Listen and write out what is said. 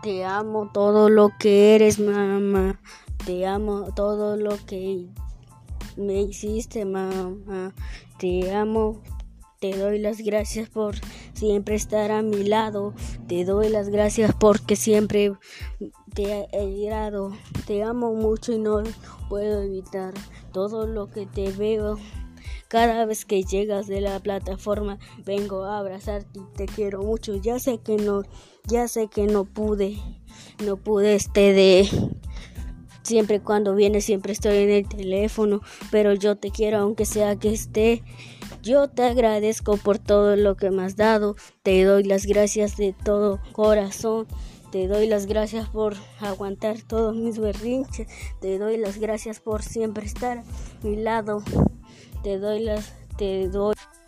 Te amo todo lo que eres, mamá. Te amo todo lo que me hiciste, mamá. Te amo. Te doy las gracias por siempre estar a mi lado. Te doy las gracias porque siempre te he ayudado. Te amo mucho y no puedo evitar todo lo que te veo. Cada vez que llegas de la plataforma vengo a abrazarte y te quiero mucho. Ya sé que no pude siempre cuando vienes siempre estoy en el teléfono, pero yo te quiero aunque sea que esté. Yo te agradezco por todo lo que me has dado. Te doy las gracias de todo corazón. Te doy las gracias por aguantar todos mis berrinches. Te doy las gracias por siempre estar a mi lado. Te doy